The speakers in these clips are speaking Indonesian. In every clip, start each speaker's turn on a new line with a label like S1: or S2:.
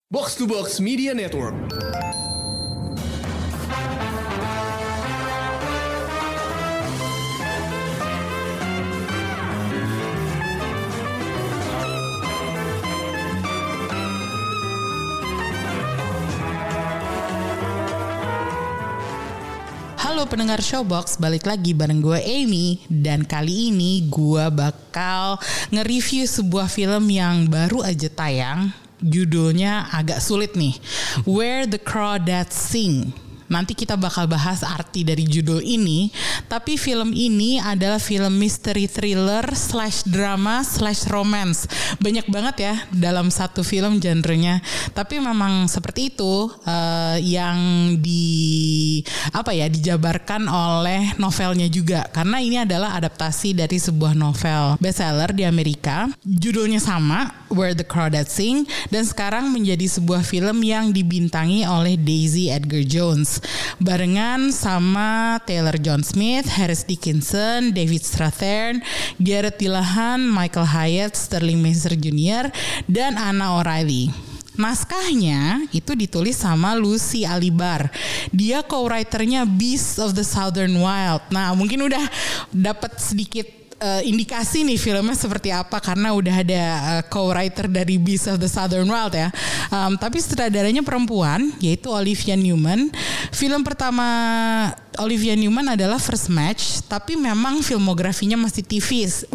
S1: Box to Box Media Network.
S2: Halo pendengar Showbox, balik lagi bareng gue Amy. Dan kali ini gue bakal nge-review sebuah film yang baru aja tayang. Judulnya agak sulit nih, Where the Crawdads Sing. Nanti kita bakal bahas arti dari judul ini. Tapi film ini adalah film mystery thriller / drama / romance. Banyak banget ya dalam satu film genrenya. Tapi memang seperti itu yang dijabarkan oleh novelnya juga. Karena ini adalah adaptasi dari sebuah novel bestseller di Amerika. Judulnya sama, Where the Crawdads Sing, dan sekarang menjadi sebuah film yang dibintangi oleh Daisy Edgar Jones. Barengan sama Taylor John Smith, Harris Dickinson, David Strathairn, Garrett Dillahunt, Michael Hyatt, Sterling Macer Jr., dan Anna O'Reilly. Naskahnya itu ditulis sama Lucy Alibar. Dia co-writernya Beasts of the Southern Wild. Nah, mungkin udah dapat sedikit indikasi nih filmnya seperti apa karena udah ada co-writer dari Beasts of the Southern Wild ya. Tapi sutradaranya perempuan, yaitu Olivia Newman. Film pertama Olivia Newman adalah First Match, tapi memang filmografinya masih tipis.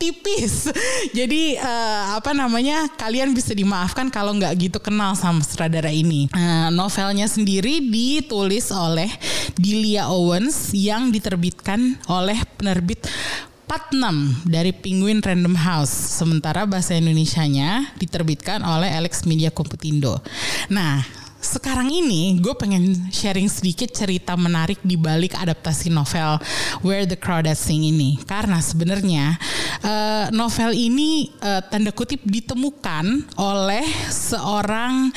S2: Jadi kalian bisa dimaafkan kalau nggak gitu kenal sama sutradara ini. Novelnya sendiri ditulis oleh Delia Owens yang diterbitkan oleh penerbit Putnam dari Penguin Random House. Sementara bahasa Indonesianya diterbitkan oleh Alex Media Komputindo. Nah, sekarang ini gue pengen sharing sedikit cerita menarik di balik adaptasi novel Where the Crawdads Sing ini. Karena sebenarnya novel ini tanda kutip ditemukan oleh seorang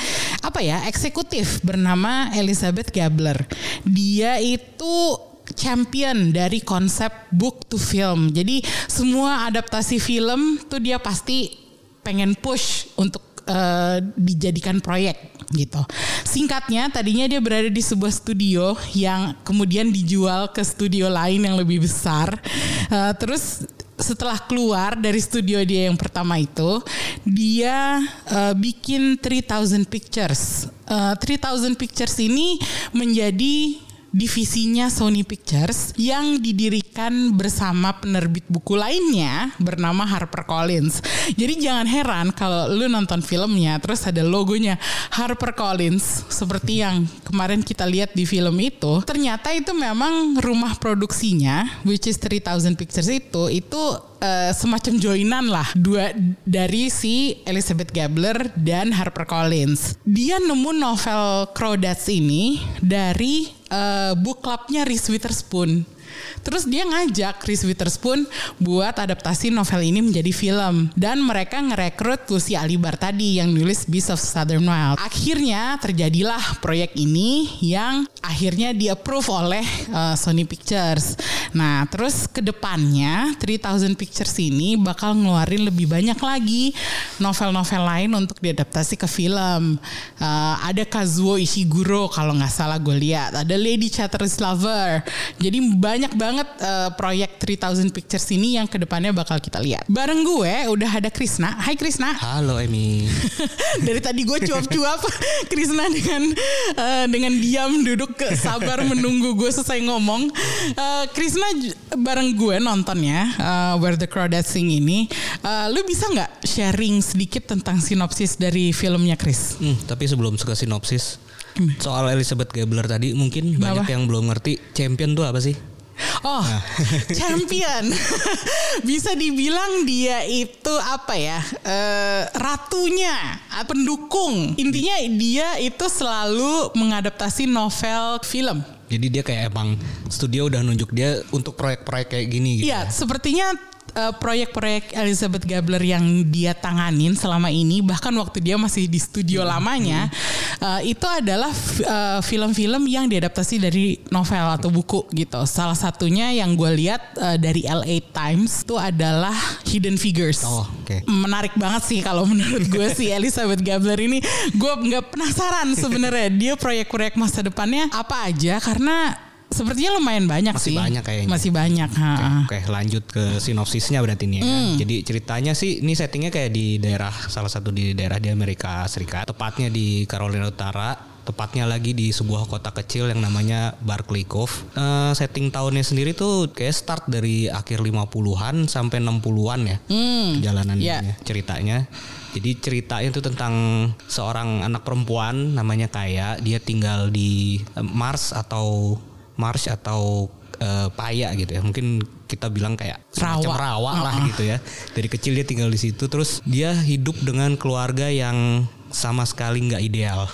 S2: eksekutif bernama Elizabeth Gabler. Dia itu champion dari konsep book to film. Jadi semua adaptasi film tuh dia pasti pengen push untuk dijadikan proyek gitu. Singkatnya, tadinya dia berada di sebuah studio yang kemudian dijual ke studio lain yang lebih besar. Terus setelah keluar dari studio dia yang pertama itu, dia bikin 3000 Pictures. 3000 Pictures ini menjadi divisinya Sony Pictures yang didirikan bersama penerbit buku lainnya bernama HarperCollins. Jadi jangan heran kalau lu nonton filmnya terus ada logonya HarperCollins seperti yang kemarin kita lihat di film itu. Ternyata itu memang rumah produksinya, which is 3000 Pictures itu semacam joinan lah dari si Elizabeth Gabler dan HarperCollins. Dia nemu novel Crawdads ini dari book clubnya Reese Witherspoon. Terus dia ngajak Reese Witherspoon buat adaptasi novel ini menjadi film. Dan mereka ngerekrut Lucy Alibar tadi yang nulis Beasts of Southern Wild. Akhirnya terjadilah proyek ini yang akhirnya di-approve oleh Sony Pictures. Nah, terus ke depannya 3000 Pictures ini bakal ngeluarin lebih banyak lagi novel-novel lain untuk diadaptasi ke film. Ada Kazuo Ishiguro kalau nggak salah gue lihat. Ada Lady Chatterley's Lover. Jadi banyak banget proyek 3000 Pictures ini yang kedepannya bakal kita lihat. Bareng gue udah ada Krisna. Hai Krisna.
S3: Halo Emi.
S2: Dari tadi gue cuap-cuap Krisna dengan diam duduk sabar menunggu gue selesai ngomong. Krisna bareng gue nontonnya Where the Crawdads Sing ini. Lu bisa nggak sharing sedikit tentang sinopsis dari filmnya, Kris?
S3: Tapi sebelum ke sinopsis, soal Elizabeth Gabler tadi mungkin banyak yang belum ngerti champion tuh apa sih?
S2: Champion. Bisa dibilang dia itu ratunya, pendukung. Intinya dia itu selalu mengadaptasi novel film.
S3: Jadi dia kayak emang studio udah nunjuk dia untuk proyek-proyek kayak gini gitu.
S2: Iya, sepertinya proyek-proyek Elizabeth Gabler yang dia tanganin selama ini, bahkan waktu dia masih di studio lamanya, itu adalah film-film yang diadaptasi dari novel atau buku gitu. Salah satunya yang gue lihat dari LA Times itu adalah Hidden Figures. Menarik banget sih kalau menurut gue si Elizabeth Gabler ini. Gue nggak penasaran sebenarnya dia proyek-proyek masa depannya apa aja, karena sepertinya lumayan banyak
S3: masih
S2: sih.
S3: Masih banyak kayaknya.
S2: Masih banyak.
S3: Oke, lanjut ke sinopsisnya berarti nih ya. Jadi ceritanya sih ini settingnya kayak di daerah, salah satu di daerah di Amerika Serikat. Tepatnya di Carolina Utara. Tepatnya lagi di sebuah kota kecil yang namanya Barkley Cove. Setting tahunnya sendiri tuh kayak start dari akhir 50-an sampai 60-an ya. Perjalanannya, ceritanya. Jadi ceritanya itu tentang seorang anak perempuan namanya Kaya. Dia tinggal di Marsh atau Paya gitu ya. Mungkin kita bilang kayak semacam rawa lah gitu ya. Dari kecil dia tinggal di situ. Terus dia hidup dengan keluarga yang sama sekali nggak ideal.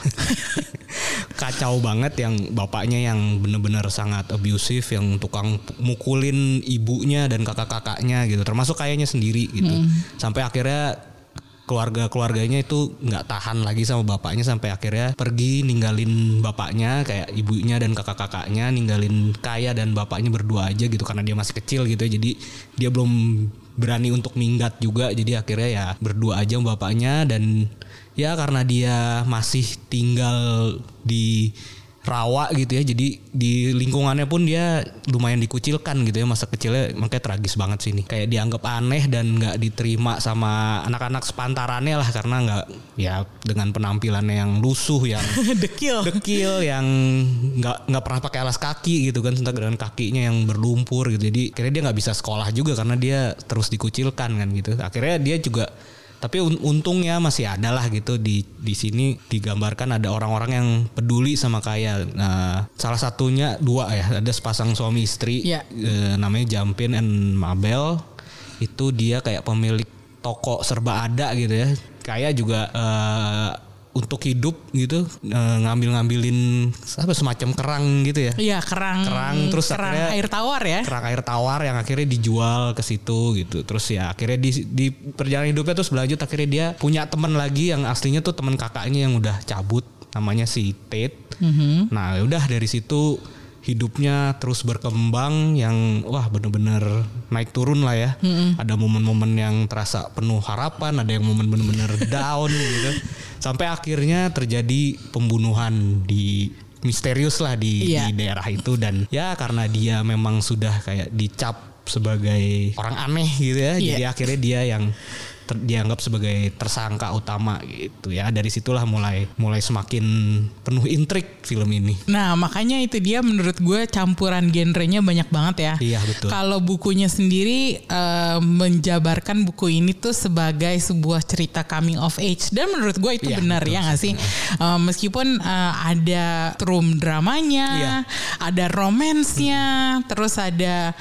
S3: Kacau banget, yang bapaknya yang benar-benar sangat abusive, yang tukang mukulin ibunya dan kakak-kakaknya gitu. Termasuk Kayanya sendiri gitu. Sampai akhirnya keluarganya itu nggak tahan lagi sama bapaknya, sampai akhirnya pergi ninggalin bapaknya, kayak ibunya dan kakak-kakaknya, ninggalin Kaya dan bapaknya berdua aja gitu karena dia masih kecil gitu ya. Jadi dia belum berani untuk minggat juga, jadi akhirnya ya berdua aja sama bapaknya. Dan ya karena dia masih tinggal di rawa gitu ya, jadi di lingkungannya pun dia lumayan dikucilkan gitu ya masa kecilnya. Makanya tragis banget sih ini, kayak dianggap aneh dan nggak diterima sama anak-anak sepantarannya lah, karena nggak, ya dengan penampilannya yang lusuh, yang dekil, yang nggak pernah pakai alas kaki gitu kan, dengan kakinya yang berlumpur gitu. Jadi akhirnya dia nggak bisa sekolah juga karena dia terus dikucilkan kan gitu. Akhirnya dia juga, tapi untungnya masih ada lah gitu di sini digambarkan ada orang-orang yang peduli sama Kaya. Nah, salah satunya dua ya, ada sepasang suami istri, namanya Jampin and Mabel. Itu dia kayak pemilik toko serba ada gitu ya. Kaya juga untuk hidup gitu ngambilin semacam kerang gitu ya.
S2: Iya, kerang
S3: terus
S2: kerang
S3: akhirnya
S2: air tawar ya.
S3: Kerang air tawar yang akhirnya dijual ke situ gitu. Terus ya akhirnya di perjalanan hidupnya terus berlanjut, akhirnya dia punya teman lagi yang aslinya tuh teman kakaknya yang udah cabut, namanya si Tate. Nah, udah dari situ hidupnya terus berkembang yang bener-bener naik turun lah ya. Ada momen-momen yang terasa penuh harapan, ada yang momen bener-bener down gitu. Sampai akhirnya terjadi pembunuhan misterius lah di daerah itu. Dan ya karena dia memang sudah kayak dicap sebagai orang aneh gitu ya. Jadi akhirnya dia yang dianggap sebagai tersangka utama gitu ya. Dari situlah mulai semakin penuh intrik film ini. Nah,
S2: makanya itu dia menurut gue campuran genrenya banyak banget ya.
S3: Iya, betul.
S2: Kalau bukunya sendiri menjabarkan buku ini tuh sebagai sebuah cerita coming of age, dan menurut gue itu benar ya nggak sih? Meskipun ada true dramanya, ada romansnya, terus ada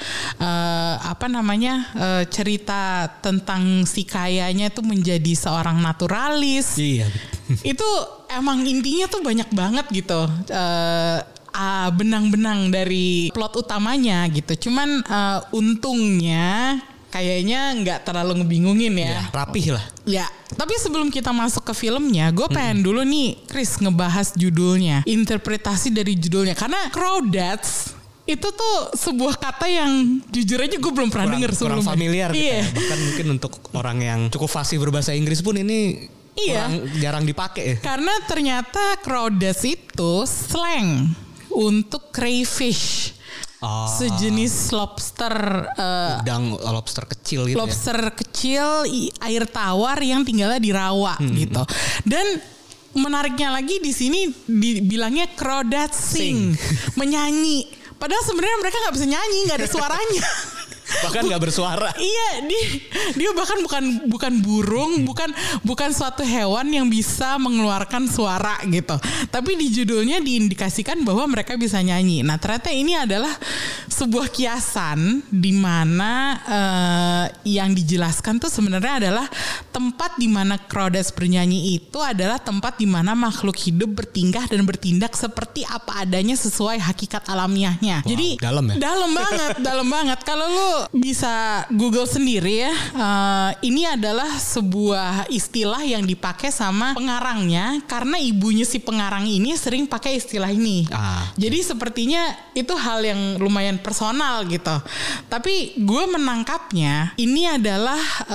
S2: cerita tentang si Kayanya tuh menjadi seorang naturalis. Itu emang intinya tuh banyak banget gitu. Benang-benang dari plot utamanya gitu. Cuman untungnya kayaknya nggak terlalu ngebingungin ya.
S3: Rapih lah.
S2: Ya, tapi sebelum kita masuk ke filmnya, gue pengen dulu nih Chris ngebahas judulnya, interpretasi dari judulnya, karena Crawdads itu tuh sebuah kata yang jujur aja gue belum pernah dengar sebelumnya.
S3: Kurang familiar gitu ya. Bahkan mungkin untuk orang yang cukup fasih berbahasa Inggris pun ini jarang dipakai ya.
S2: Karena ternyata Crawdads itu slang untuk crayfish. Sejenis lobster,
S3: udang lobster kecil gitu.
S2: Lobster kecil air tawar yang tinggalnya di rawa gitu. Dan menariknya lagi di sini dibilangnya Crawdads sing, menyanyi. Padahal sebenarnya mereka nggak bisa nyanyi, nggak ada suaranya.
S3: Bahkan nggak bersuara.
S2: Iya, dia bahkan bukan burung, bukan suatu hewan yang bisa mengeluarkan suara gitu. Tapi di judulnya diindikasikan bahwa mereka bisa nyanyi. Nah, ternyata ini adalah sebuah kiasan di mana yang dijelaskan tuh sebenarnya adalah tempat di mana Crawdads bernyanyi itu adalah tempat di mana makhluk hidup bertingkah dan bertindak seperti apa adanya sesuai hakikat alamiahnya.
S3: Wow,
S2: jadi
S3: dalam ya?
S2: Dalam banget. Kalau lu bisa Google sendiri ya. Ini adalah sebuah istilah yang dipakai sama pengarangnya karena ibunya si pengarang ini sering pakai istilah ini. Jadi sepertinya itu hal yang lumayan personal gitu. Tapi gue menangkapnya ini adalah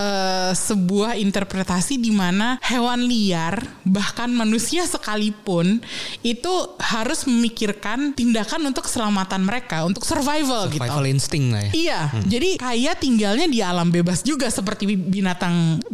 S2: sebuah interpretasi di mana hewan liar bahkan manusia sekalipun itu harus memikirkan tindakan untuk keselamatan mereka, untuk survival gitu.
S3: Survival instinct lah ya.
S2: Iya, jadi kayak tinggalnya di alam bebas juga seperti binatang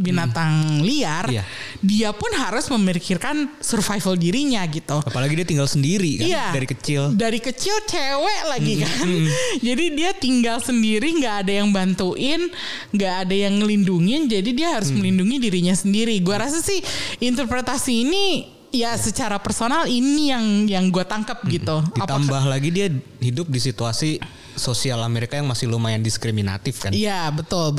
S2: liar.
S3: Iya.
S2: Dia pun harus memikirkan survival dirinya gitu.
S3: Apalagi dia tinggal sendiri kan,
S2: iya,
S3: dari kecil.
S2: Dari kecil cewek lagi kan. Jadi dia tinggal sendiri, nggak ada yang bantuin, nggak ada yang ngelindungin. Jadi dia harus melindungi dirinya sendiri. Gua rasa sih interpretasi ini ya secara personal ini yang gue tangkap gitu.
S3: Ditambah lagi dia hidup di situasi sosial Amerika yang masih lumayan diskriminatif kan.
S2: Iya betul.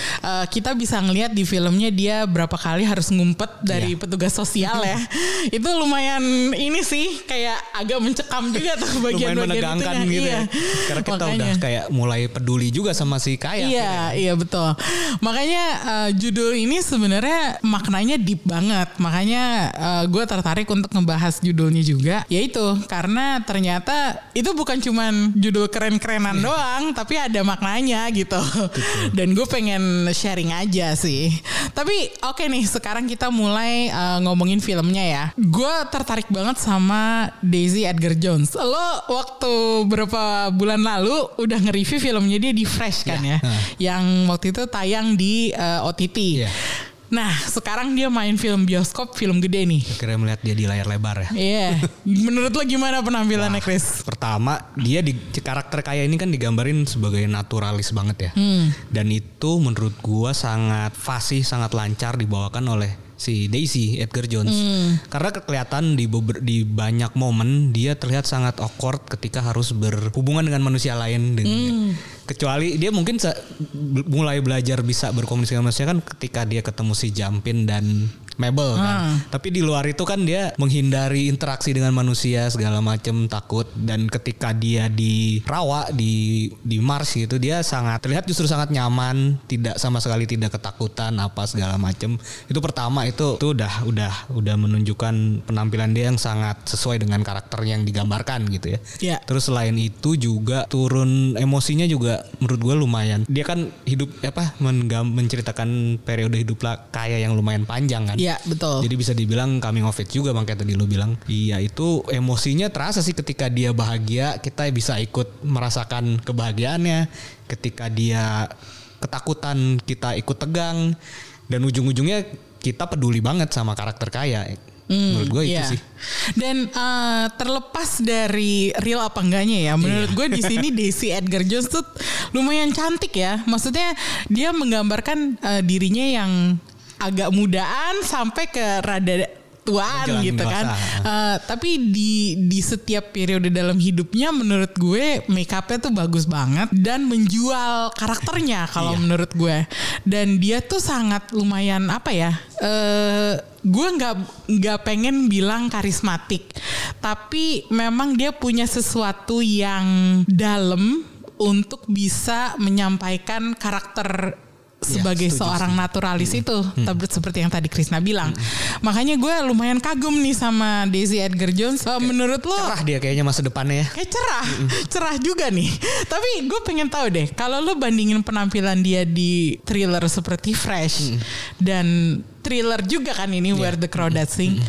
S2: Kita bisa ngelihat di filmnya dia berapa kali harus ngumpet dari petugas sosial ya. Itu lumayan ini sih kayak agak mencekam juga tuh bagian-bagian
S3: menegangkan
S2: itunya.
S3: gitu
S2: iya.
S3: ya. Karena kita udah kayak mulai peduli juga sama si Kaya.
S2: Iya betul. Makanya judul ini sebenarnya maknanya deep banget. Makanya gue tertarik untuk ngebahas judulnya juga. Yaitu karena ternyata itu bukan cuman judul keren-kerenan doang, tapi ada maknanya gitu. Dan gue pengen sharing aja sih. Tapi oke nih, sekarang kita mulai ngomongin filmnya ya. Gue tertarik banget sama Daisy Edgar Jones. Lo waktu berapa bulan lalu udah nge-review filmnya dia di Fresh kan ya, yang waktu itu tayang di OTT. Nah sekarang dia main film bioskop, film gede nih.
S3: Akhirnya melihat dia di layar lebar ya.
S2: Iya. Menurut lo gimana penampilannya Chris?
S3: Pertama dia di karakter Kaya ini kan digambarin sebagai naturalis banget ya. Dan itu menurut gua sangat fasih, sangat lancar dibawakan oleh si Daisy Edgar Jones. Karena kelihatan di banyak momen dia terlihat sangat awkward ketika harus berhubungan dengan manusia lain. Kecuali dia mungkin mulai belajar bisa berkomunikasi dengan manusia kan ketika dia ketemu si Jampin dan Mabel kan. Tapi di luar itu kan dia menghindari interaksi dengan manusia segala macam, takut. Dan ketika dia di rawa di Mars gitu, dia terlihat justru sangat nyaman, tidak sama sekali tidak ketakutan apa segala macam. Itu pertama itu udah menunjukkan penampilan dia yang sangat sesuai dengan karakter yang digambarkan gitu ya. Terus selain itu juga turun emosinya juga menurut gue lumayan. Dia kan hidup menceritakan periode hidup Kaya yang lumayan panjang kan.
S2: Iya betul.
S3: Jadi bisa dibilang coming of age juga, makanya tadi lu bilang. Iya itu emosinya terasa sih ketika dia bahagia, kita bisa ikut merasakan kebahagiaannya. Ketika dia ketakutan, kita ikut tegang. Dan ujung-ujungnya kita peduli banget sama karakter Kaya. Menurut gue itu sih.
S2: Dan terlepas dari real apa enggaknya ya, menurut gue di sini Daisy Edgar Jones tuh lumayan cantik ya. Maksudnya dia menggambarkan dirinya yang agak mudaan sampai ke rada tuaan gitu kan. Tapi di setiap periode dalam hidupnya menurut gue make upnya tuh bagus banget dan menjual karakternya kalau menurut gue. Dan dia tuh sangat lumayan apa ya? Gue nggak pengen bilang karismatik, tapi memang dia punya sesuatu yang dalam untuk bisa menyampaikan karakter sebagai seorang naturalis itu seperti yang tadi Krisna bilang. Makanya gue lumayan kagum nih sama Daisy Edgar Jones. Menurut lo
S3: cerah dia kayaknya masa depannya ya.
S2: Kayak cerah juga nih. Tapi gue pengen tahu deh, kalau lo bandingin penampilan dia di thriller seperti Fresh dan thriller juga kan ini Where the Crawdads Sing,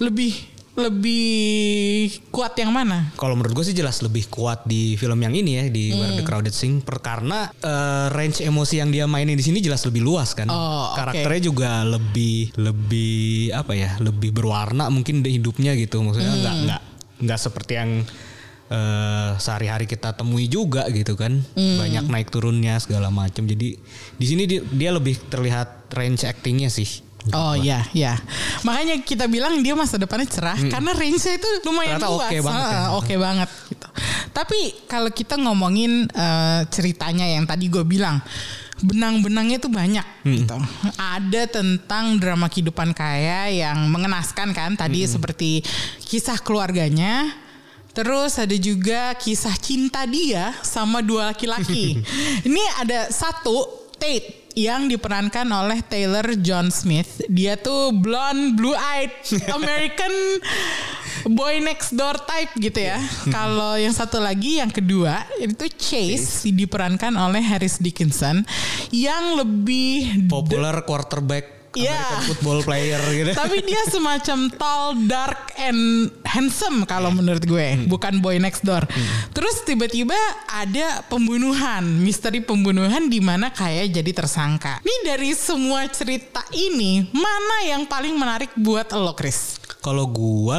S2: lebih kuat yang mana? Kalau
S3: menurut gue sih jelas lebih kuat di film yang ini ya, di Where the Crowded Sing, karena range emosi yang dia mainin di sini jelas lebih luas kan. Karakternya juga lebih apa ya, lebih berwarna mungkin di hidupnya gitu. Maksudnya nggak seperti yang sehari-hari kita temui juga gitu kan. Banyak naik turunnya segala macam. Jadi di sini dia lebih terlihat range actingnya sih.
S2: Iya. Makanya kita bilang dia masa depannya cerah karena range-nya itu lumayan luas. Oke banget gitu. Tapi kalau kita ngomongin ceritanya yang tadi gue bilang, benang-benangnya tuh banyak gitu. Ada tentang drama kehidupan Kaya yang mengenaskan kan tadi, seperti kisah keluarganya. Terus ada juga kisah cinta dia sama 2 laki-laki. Ini ada satu, Tate, yang diperankan oleh Taylor John Smith. Dia tuh blonde, blue-eyed, American boy next door type gitu ya. Kalau yang satu lagi, yang kedua, itu Chase, diperankan oleh Harris Dickinson, yang lebih
S3: popular quarterback American football player gitu.
S2: Tapi dia semacam tall, dark, and handsome kalau menurut gue. Bukan boy next door. Terus tiba-tiba ada pembunuhan. Misteri pembunuhan di mana kayak jadi tersangka. Nih dari semua cerita ini, mana yang paling menarik buat lo, Chris?
S3: Kalau gue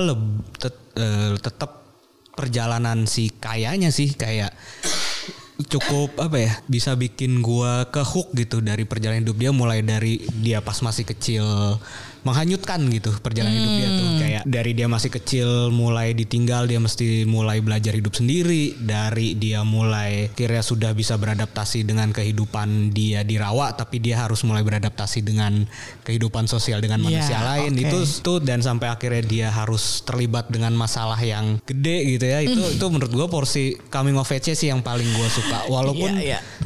S3: tetap perjalanan si kayanya sih, kayak cukup bisa bikin gua ke hook gitu dari perjalanan hidup dia, mulai dari dia pas masih kecil, menghanyutkan gitu perjalanan hidup dia tuh, kayak dari dia masih kecil mulai ditinggal, dia mesti mulai belajar hidup sendiri, dari dia mulai kira sudah bisa beradaptasi dengan kehidupan dia di rawa, tapi dia harus mulai beradaptasi dengan kehidupan sosial dengan manusia lain, itu dan sampai akhirnya dia harus terlibat dengan masalah yang gede gitu ya. Itu menurut gua porsi coming of age sih yang paling gua suka, walaupun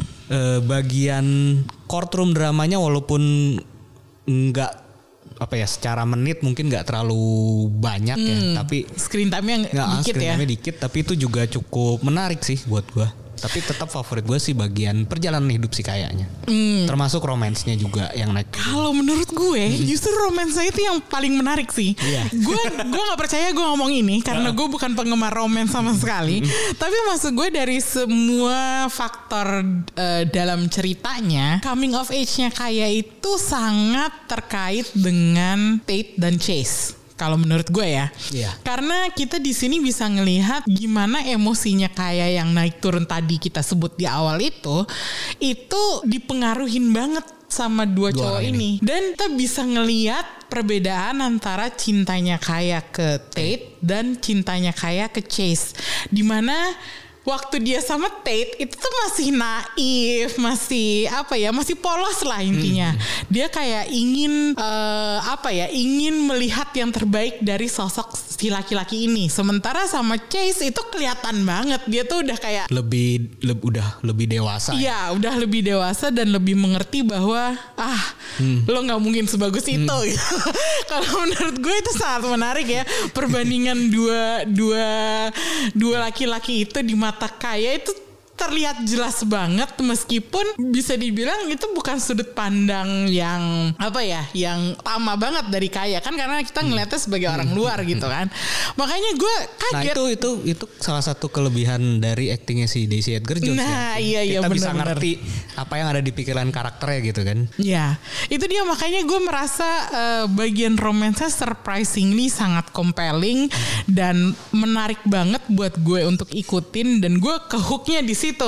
S3: bagian courtroom dramanya walaupun enggak secara menit mungkin nggak terlalu banyak ya, tapi
S2: screen time-nya dikit
S3: screen time-nya dikit, tapi itu juga cukup menarik sih buat gua. Tapi tetap favorit gue sih bagian perjalanan hidup sih kayaknya. Termasuk romansnya juga yang naik.
S2: Kalau menurut gue justru romansnya itu yang paling menarik sih. Gue nggak percaya gue ngomong ini karena gue bukan penggemar romans sama sekali. Tapi maksud gue dari semua faktor dalam ceritanya, coming of age-nya kayak itu sangat terkait dengan Tate dan Chase. Kalau menurut gue ya, karena kita di sini bisa ngelihat gimana emosinya kayak yang naik turun tadi kita sebut di awal itu dipengaruhin banget sama dua cowok ini. Dan kita bisa ngelihat perbedaan antara cintanya kayak ke Tate dan cintanya kayak ke Chase, dimana waktu dia sama Tate itu tuh masih naif, masih masih polos lah intinya. Dia kayak ingin ingin melihat yang terbaik dari sosok si laki-laki ini. Sementara sama Chase itu kelihatan banget dia tuh udah kayak
S3: lebih dewasa.
S2: Iya, udah lebih dewasa dan lebih mengerti bahwa lo nggak mungkin sebagus itu. Kalau menurut gue itu sangat menarik ya, perbandingan dua laki-laki itu di mata Kaya itu terlihat jelas banget, meskipun bisa dibilang itu bukan sudut pandang yang yang utama banget dari Kaya kan, karena kita ngeliatnya sebagai orang luar gitu kan. Makanya gue kaget.
S3: Nah itu salah satu kelebihan dari aktingnya si Daisy Edgar Jones.
S2: Nah
S3: ya.
S2: iya
S3: kita
S2: bener,
S3: bisa ngerti apa yang ada di pikiran karakternya gitu kan.
S2: Ya itu dia, makanya gue merasa bagian romansnya surprisingly sangat compelling dan menarik banget buat gue untuk ikutin, dan gue ke hooknya di situ.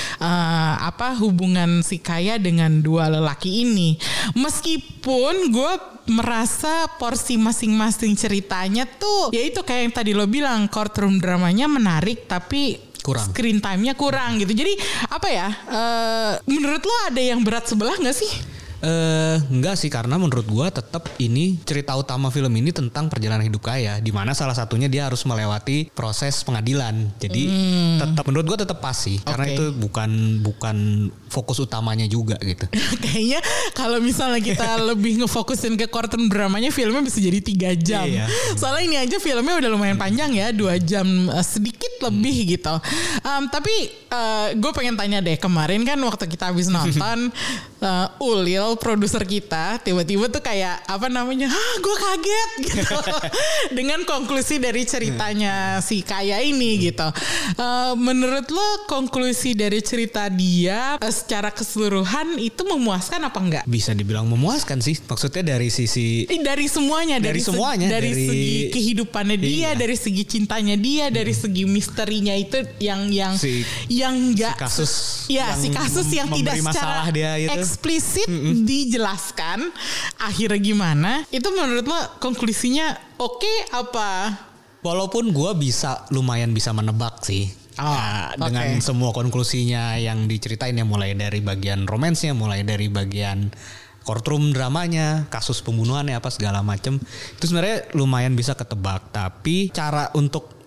S2: Hubungan si Kaya dengan dua lelaki ini. Meskipun gue merasa porsi masing-masing ceritanya tuh, ya itu kayak yang tadi lo bilang, courtroom dramanya menarik tapi kurang, screen time-nya kurang gitu. Jadi menurut lo ada yang berat sebelah gak sih?
S3: Enggak sih, karena menurut gua tetap ini cerita utama film ini tentang perjalanan hidup Kaya, di mana salah satunya dia harus melewati proses pengadilan. Jadi tetap menurut gua tetap pas sih, karena itu bukan fokus utamanya juga gitu.
S2: Kayaknya kalau misalnya kita lebih ngefokusin ke courtroom dramanya, filmnya bisa jadi 3 jam. Soalnya ini aja filmnya udah lumayan panjang ya, 2 jam sedikit lebih gitu. Tapi gue pengen tanya deh, kemarin kan waktu kita habis nonton, Ulil produser kita tiba-tiba tuh kayak gue kaget gitu dengan konklusi dari ceritanya si Kaya ini gitu. Menurut lo konklusi dari cerita dia secara keseluruhan itu memuaskan apa enggak?
S3: Bisa dibilang memuaskan sih, maksudnya dari sisi
S2: semuanya, dari segi kehidupannya dia, dari segi cintanya dia, dari segi misterinya itu yang enggak si kasus yang tidak secara dia eksplisit dijelaskan akhirnya gimana. Itu menurut lo konklusinya oke apa?
S3: Walaupun gue lumayan bisa menebak sih. Dengan semua konklusinya yang diceritain ya, mulai dari bagian romansnya, mulai dari bagian courtroom dramanya, kasus pembunuhannya apa segala macem, itu sebenarnya lumayan bisa ketebak. Tapi cara untuk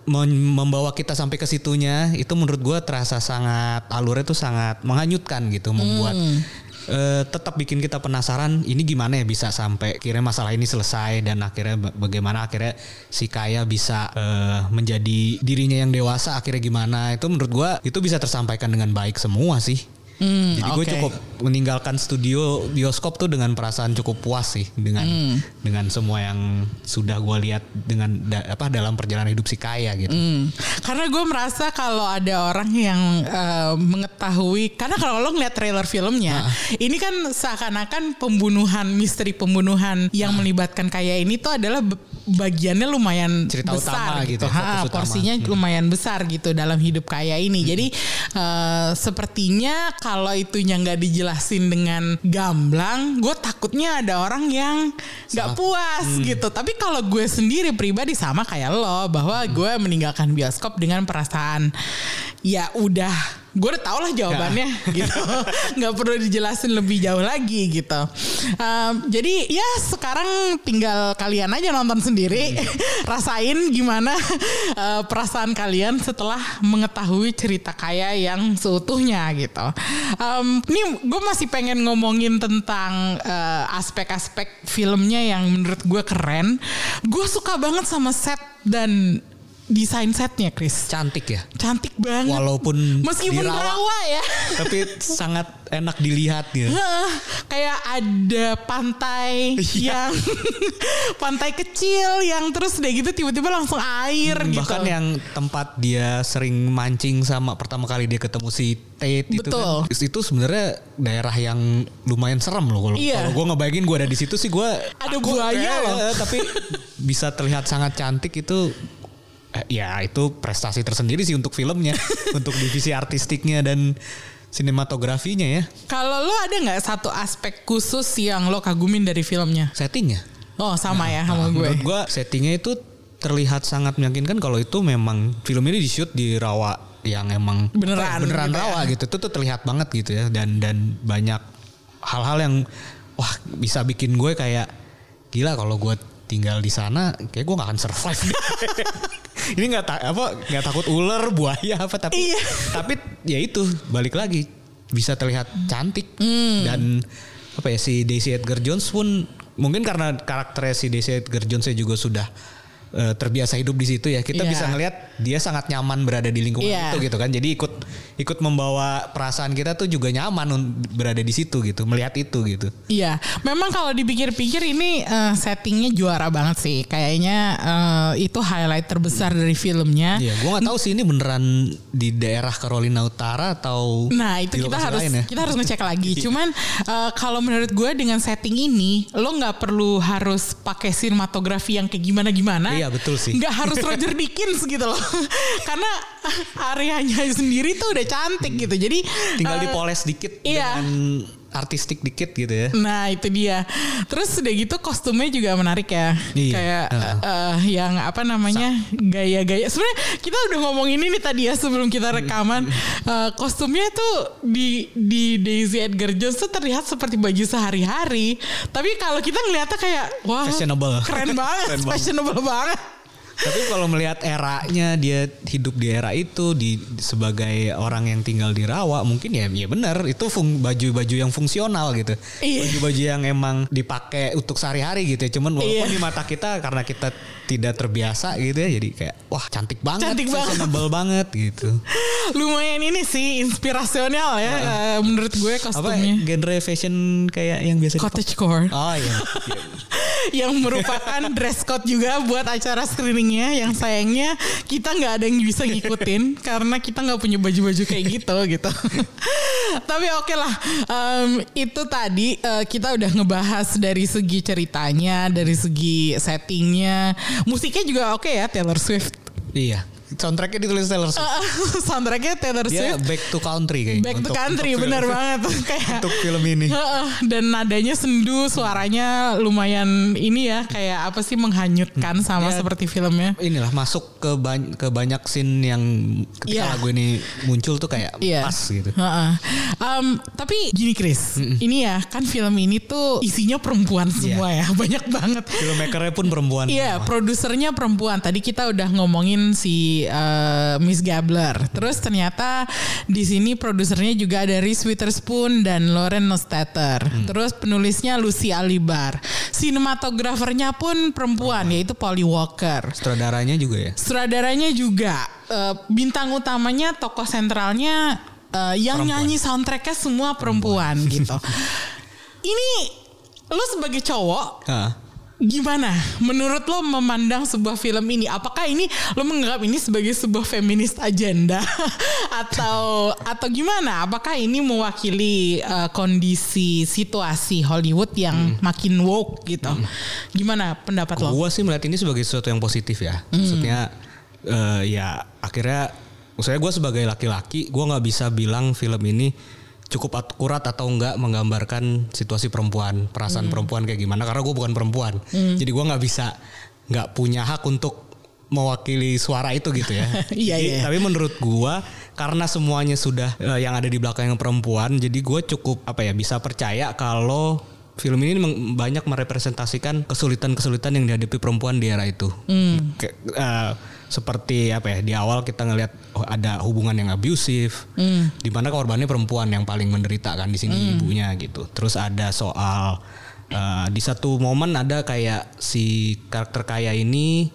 S3: membawa kita sampai ke situnya itu menurut gue terasa sangat, alurnya tuh sangat menghanyutkan gitu, membuat tetap bikin kita penasaran ini gimana ya bisa sampai akhirnya masalah ini selesai, dan akhirnya bagaimana akhirnya si Kaya bisa menjadi dirinya yang dewasa akhirnya gimana. Itu menurut gua itu bisa tersampaikan dengan baik semua sih. Jadi gue cukup meninggalkan studio bioskop tuh dengan perasaan cukup puas sih dengan semua yang sudah gue lihat dengan dalam perjalanan hidup si Kaya gitu.
S2: Karena gue merasa kalau ada orang yang mengetahui, karena kalau lo ngeliat trailer filmnya, ini kan seakan-akan misteri pembunuhan yang melibatkan Kaya ini tuh adalah bagiannya lumayan
S3: cerita
S2: besar
S3: utama gitu.
S2: Porsinya lumayan besar gitu dalam hidup Kaya ini. Jadi sepertinya kalau itunya nggak dijelasin dengan gamblang, gue takutnya ada orang yang nggak puas gitu. Tapi kalau gue sendiri pribadi sama kayak lo, bahwa gue meninggalkan bioskop dengan perasaan ya udah, gue udah tau lah jawabannya gitu, nggak perlu dijelasin lebih jauh lagi gitu. Jadi ya sekarang tinggal kalian aja nonton sendiri, rasain gimana perasaan kalian setelah mengetahui cerita Kaya yang seutuhnya gitu. Ini gue masih pengen ngomongin tentang aspek-aspek filmnya yang menurut gue keren. Gue suka banget sama set dan desain setnya, Chris.
S3: Cantik ya?
S2: Cantik banget.
S3: Walaupun
S2: meskipun rawa ya.
S3: Tapi sangat enak dilihat ya.
S2: Kayak ada pantai yang pantai kecil yang terus udah gitu tiba-tiba langsung air gitu.
S3: Bahkan yang tempat dia sering mancing sama pertama kali dia ketemu si Tate itu kan. Itu sebenarnya daerah yang lumayan serem loh kalau gue ngebayangin gue ada di situ sih, gue
S2: ada buaya loh.
S3: Tapi bisa terlihat sangat cantik itu. Ya itu prestasi tersendiri sih untuk filmnya, untuk divisi artistiknya dan sinematografinya ya.
S2: Kalau lo ada nggak satu aspek khusus yang lo kagumin dari filmnya?
S3: Settingnya.
S2: Oh sama ya sama gue.
S3: Menurut gue settingnya itu terlihat sangat meyakinkan kalau itu memang film ini di shoot di rawa yang emang beneran gitu rawa ya. Gitu. Itu tuh terlihat banget gitu ya, dan banyak hal-hal yang wah bisa bikin gue kayak gila kalau gue tinggal di sana kayak gue nggak akan survive. Ini nggak takut ular, buaya apa, tapi ya itu balik lagi bisa terlihat cantik. Dan apa ya, si Daisy Edgar Jones pun mungkin karena karakternya si Daisy Edgar Jones juga sudah terbiasa hidup di situ ya, kita bisa ngelihat dia sangat nyaman berada di lingkungan itu gitu kan. Jadi ikut membawa perasaan kita tuh juga nyaman berada di situ gitu, melihat itu gitu.
S2: Iya, memang kalau dipikir-pikir ini settingnya juara banget sih. Kayaknya itu highlight terbesar dari filmnya.
S3: Iya, gue nggak tahu sih ini beneran di daerah Carolina Utara atau.
S2: Nah itu kita harus ngecek lagi. Cuman kalau menurut gue dengan setting ini lo nggak perlu harus pakai sinematografi yang kayak gimana-gimana.
S3: Iya betul sih.
S2: Nggak harus Roger Deakins gitu loh. Karena areanya sendiri tuh udah cantik gitu. Jadi
S3: tinggal dipoles dikit dengan artistik dikit gitu ya.
S2: Nah itu dia. Terus udah gitu kostumnya juga menarik ya. Kayak yang apa namanya gaya-gaya. Sebenarnya kita udah ngomongin ini tadi ya sebelum kita rekaman. Kostumnya tuh di Daisy Edgar Jones tuh terlihat seperti baju sehari-hari. Tapi kalau kita ngeliatnya kayak wah
S3: fashionable.
S2: Keren banget. Fashionable banget.
S3: Tapi kalau melihat eranya dia hidup di era itu sebagai orang yang tinggal di rawa, mungkin ya benar itu baju-baju yang fungsional gitu. Baju-baju yang emang dipakai untuk sehari-hari gitu ya. Cuman walaupun di mata kita karena kita tidak terbiasa gitu ya, jadi kayak wah cantik banget, fashionable banget gitu.
S2: Lumayan ini sih inspirasional ya menurut gue kostumnya.
S3: Apa genre fashion kayak yang biasa
S2: cottagecore.
S3: Oh iya.
S2: Yang merupakan dress code juga buat acara screeningnya, yang sayangnya kita nggak ada yang bisa ngikutin karena kita nggak punya baju-baju kayak gitu. Tapi oke lah, itu tadi kita udah ngebahas dari segi ceritanya, dari segi settingnya, musiknya juga oke ya, Taylor Swift.
S3: Iya. Soundtracknya ditulis Taylor Swift.
S2: Soundtracknya Taylor Swift.
S3: Dia back to country kayaknya.
S2: Back to country benar banget. Kayak
S3: untuk film ini.
S2: Dan nadanya sendu, suaranya lumayan ini ya, kayak apa sih menghanyutkan sama seperti filmnya.
S3: Inilah masuk ke banyak scene yang ketika lagu ini muncul tuh kayak pas gitu.
S2: Tapi gini Chris, ini ya kan film ini tuh isinya perempuan semua ya, banyak banget.
S3: Filmmakernya pun perempuan.
S2: Iya, produsernya perempuan. Tadi kita udah ngomongin si Miss Gabler. Terus ternyata di sini produsernya juga ada Reese Witherspoon dan Lauren Nostetter. Terus penulisnya Lucy Alibar. Sinematografernya pun perempuan, yaitu Polly Walker.
S3: Sutradaranya juga ya?
S2: Sutradaranya juga. Bintang utamanya, tokoh sentralnya yang perempuan. Nyanyi soundtracknya semua perempuan gitu. Ini lo sebagai cowok gimana menurut lo memandang sebuah film ini? Apakah ini lo menganggap ini sebagai sebuah feminist agenda atau gimana? Apakah ini mewakili kondisi situasi Hollywood yang makin woke gitu? Gimana pendapat lo?
S3: Gue sih melihat ini sebagai sesuatu yang positif ya. Maksudnya ya akhirnya, maksudnya gue sebagai laki-laki, gue nggak bisa bilang film ini cukup akurat atau enggak menggambarkan situasi perempuan, perasaan perempuan kayak gimana, karena gue bukan perempuan. Jadi gue nggak punya hak untuk mewakili suara itu gitu ya.
S2: Iya.
S3: Tapi menurut gue, karena semuanya sudah yang ada di belakang yang perempuan, jadi gue cukup bisa percaya kalau film ini banyak merepresentasikan kesulitan-kesulitan yang dihadapi perempuan di era itu. Seperti di awal kita ngelihat ada hubungan yang abusif, di mana korbannya perempuan yang paling menderita kan di sini, ibunya gitu. Terus ada soal di satu momen ada kayak si karakter kaya ini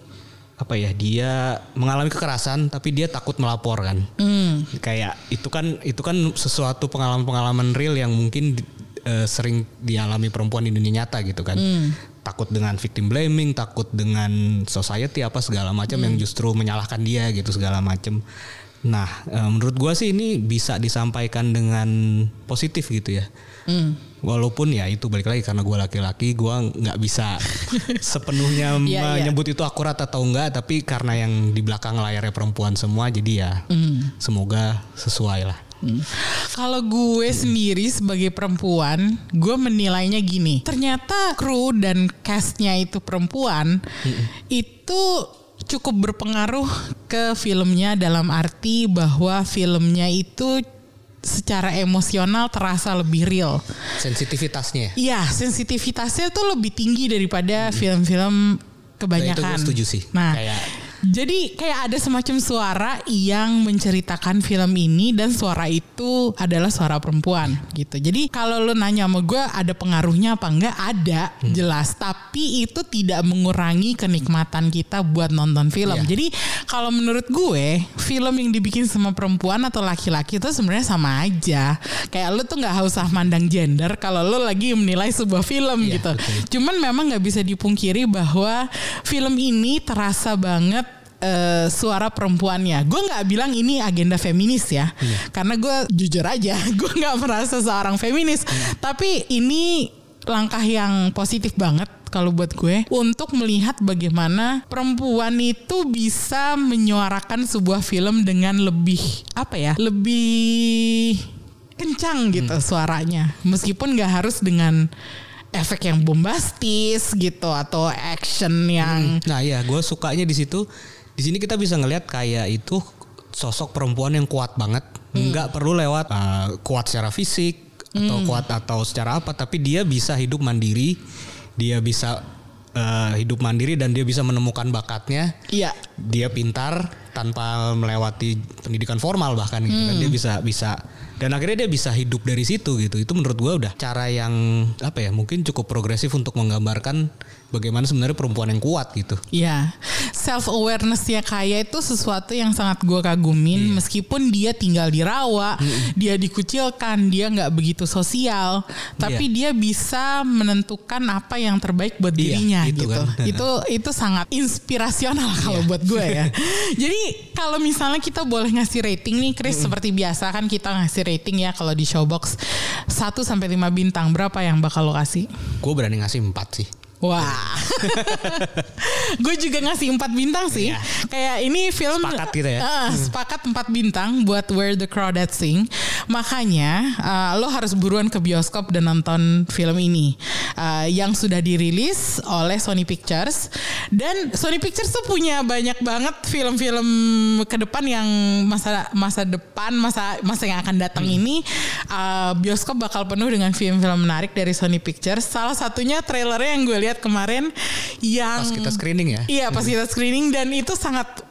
S3: dia mengalami kekerasan tapi dia takut melapor kan. Kayak itu kan sesuatu pengalaman real yang mungkin sering dialami perempuan di dunia nyata gitu kan. Takut dengan victim blaming, takut dengan society segala macam yang justru menyalahkan dia gitu segala macam. Nah, menurut gue sih ini bisa disampaikan dengan positif gitu ya. Walaupun ya itu balik lagi karena gue laki-laki, gue nggak bisa sepenuhnya menyebut itu akurat atau enggak, tapi karena yang di belakang layarnya perempuan semua, jadi ya semoga sesuai lah.
S2: Kalau gue sendiri sebagai perempuan, gue menilainya gini. Ternyata kru dan castnya itu perempuan, itu cukup berpengaruh ke filmnya, dalam arti bahwa filmnya itu secara emosional terasa lebih real.
S3: Sensitivitasnya.
S2: Iya, sensitivitasnya tuh lebih tinggi daripada film-film kebanyakan.
S3: Nah, itu gue setuju sih.
S2: Nah, jadi kayak ada semacam suara yang menceritakan film ini, dan suara itu adalah suara perempuan gitu. Jadi kalau lo nanya sama gue ada pengaruhnya apa enggak, ada jelas. Tapi itu tidak mengurangi kenikmatan kita buat nonton film. Jadi kalau menurut gue, film yang dibikin sama perempuan atau laki-laki itu sebenarnya sama aja. Kayak lo tuh gak usah mandang gender kalau lo lagi menilai sebuah film gitu. Betul. Cuman memang gak bisa dipungkiri bahwa film ini terasa banget suara perempuannya. Gue nggak bilang ini agenda feminis ya, karena gue jujur aja, gue nggak merasa seorang feminis. Tapi ini langkah yang positif banget kalau buat gue untuk melihat bagaimana perempuan itu bisa menyuarakan sebuah film dengan lebih lebih kencang gitu suaranya, meskipun nggak harus dengan efek yang bombastis gitu atau action yang.
S3: Nah ya, gue sukanya di situ. Di sini kita bisa ngelihat kayak itu sosok perempuan yang kuat banget, nggak perlu lewat kuat secara fisik atau kuat atau secara apa, tapi dia bisa hidup mandiri, dan dia bisa menemukan bakatnya. Iya. Dia pintar tanpa melewati pendidikan formal bahkan gitu kan, dia bisa dan akhirnya dia bisa hidup dari situ gitu. Itu menurut gue udah cara yang mungkin cukup progresif untuk menggambarkan bagaimana sebenarnya perempuan yang kuat gitu.
S2: Iya, self awareness-nya Kaya itu sesuatu yang sangat gue kagumin. Meskipun dia tinggal di rawa, dia dikucilkan, dia nggak begitu sosial, tapi dia bisa menentukan apa yang terbaik buat dirinya gitu. Kan? Itu sangat inspirasional kalau buat gue ya. Jadi kalau misalnya kita boleh ngasih rating nih, Chris, seperti biasa kan kita ngasih rating ya kalau di Showbox 1-5 bintang, berapa yang bakal lo kasih? Gue
S3: berani ngasih 4 sih.
S2: Wah, gue juga ngasih 4 bintang sih. Kayak ini film
S3: sepakat gitu ya.
S2: Sepakat 4 bintang buat Where the Crawdads Sing. Makanya lo harus buruan ke bioskop dan nonton film ini yang sudah dirilis oleh Sony Pictures. Dan Sony Pictures tuh punya banyak banget film-film ke depan yang masa depan, masa yang akan datang ini bioskop bakal penuh dengan film-film menarik dari Sony Pictures. Salah satunya trailernya yang gue lihat kemarin yang
S3: pas kita screening ya.
S2: Iya, pas kita screening, dan itu sangat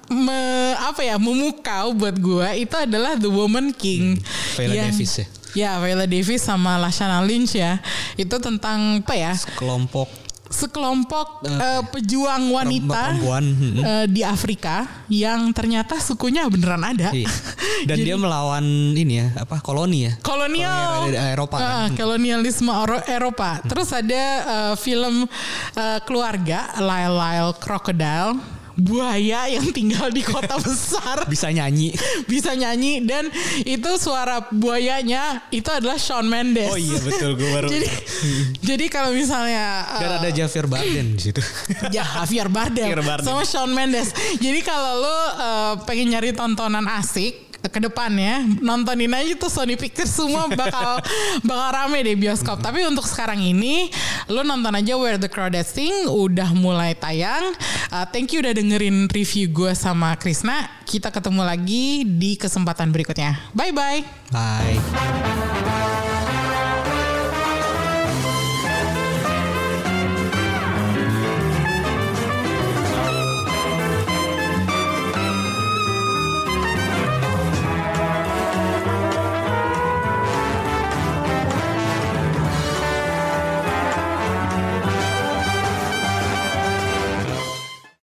S2: memukau buat gue itu adalah The Woman King.
S3: Viola Davis ya.
S2: Ya, Viola Davis sama Lashana Lynch ya. Itu tentang apa ya? Sekelompok pejuang wanita di Afrika yang ternyata sukunya beneran ada.
S3: Iya. Dan dia melawan ini ya, kolonial Eropa kan?
S2: Kolonialisme Eropa. Terus ada film keluarga Lyle Crocodile, buaya yang tinggal di kota besar.
S3: Bisa nyanyi
S2: dan itu suara buayanya itu adalah Shawn Mendes.
S3: Oh iya betul, gue baru.
S2: Jadi kalau misalnya
S3: dan ada Javier Bardem di situ.
S2: Ya, Javier Bardem sama Shawn Mendes. Jadi kalau lo pengen nyari tontonan asik ke depannya, nontonin aja tuh Sony Pictures, semua bakal rame deh bioskop. Tapi untuk sekarang ini lo nonton aja Where the Crawdads Sing, udah mulai tayang. Thank you udah dengerin review gue sama Krisna. Kita ketemu lagi di kesempatan berikutnya. Bye.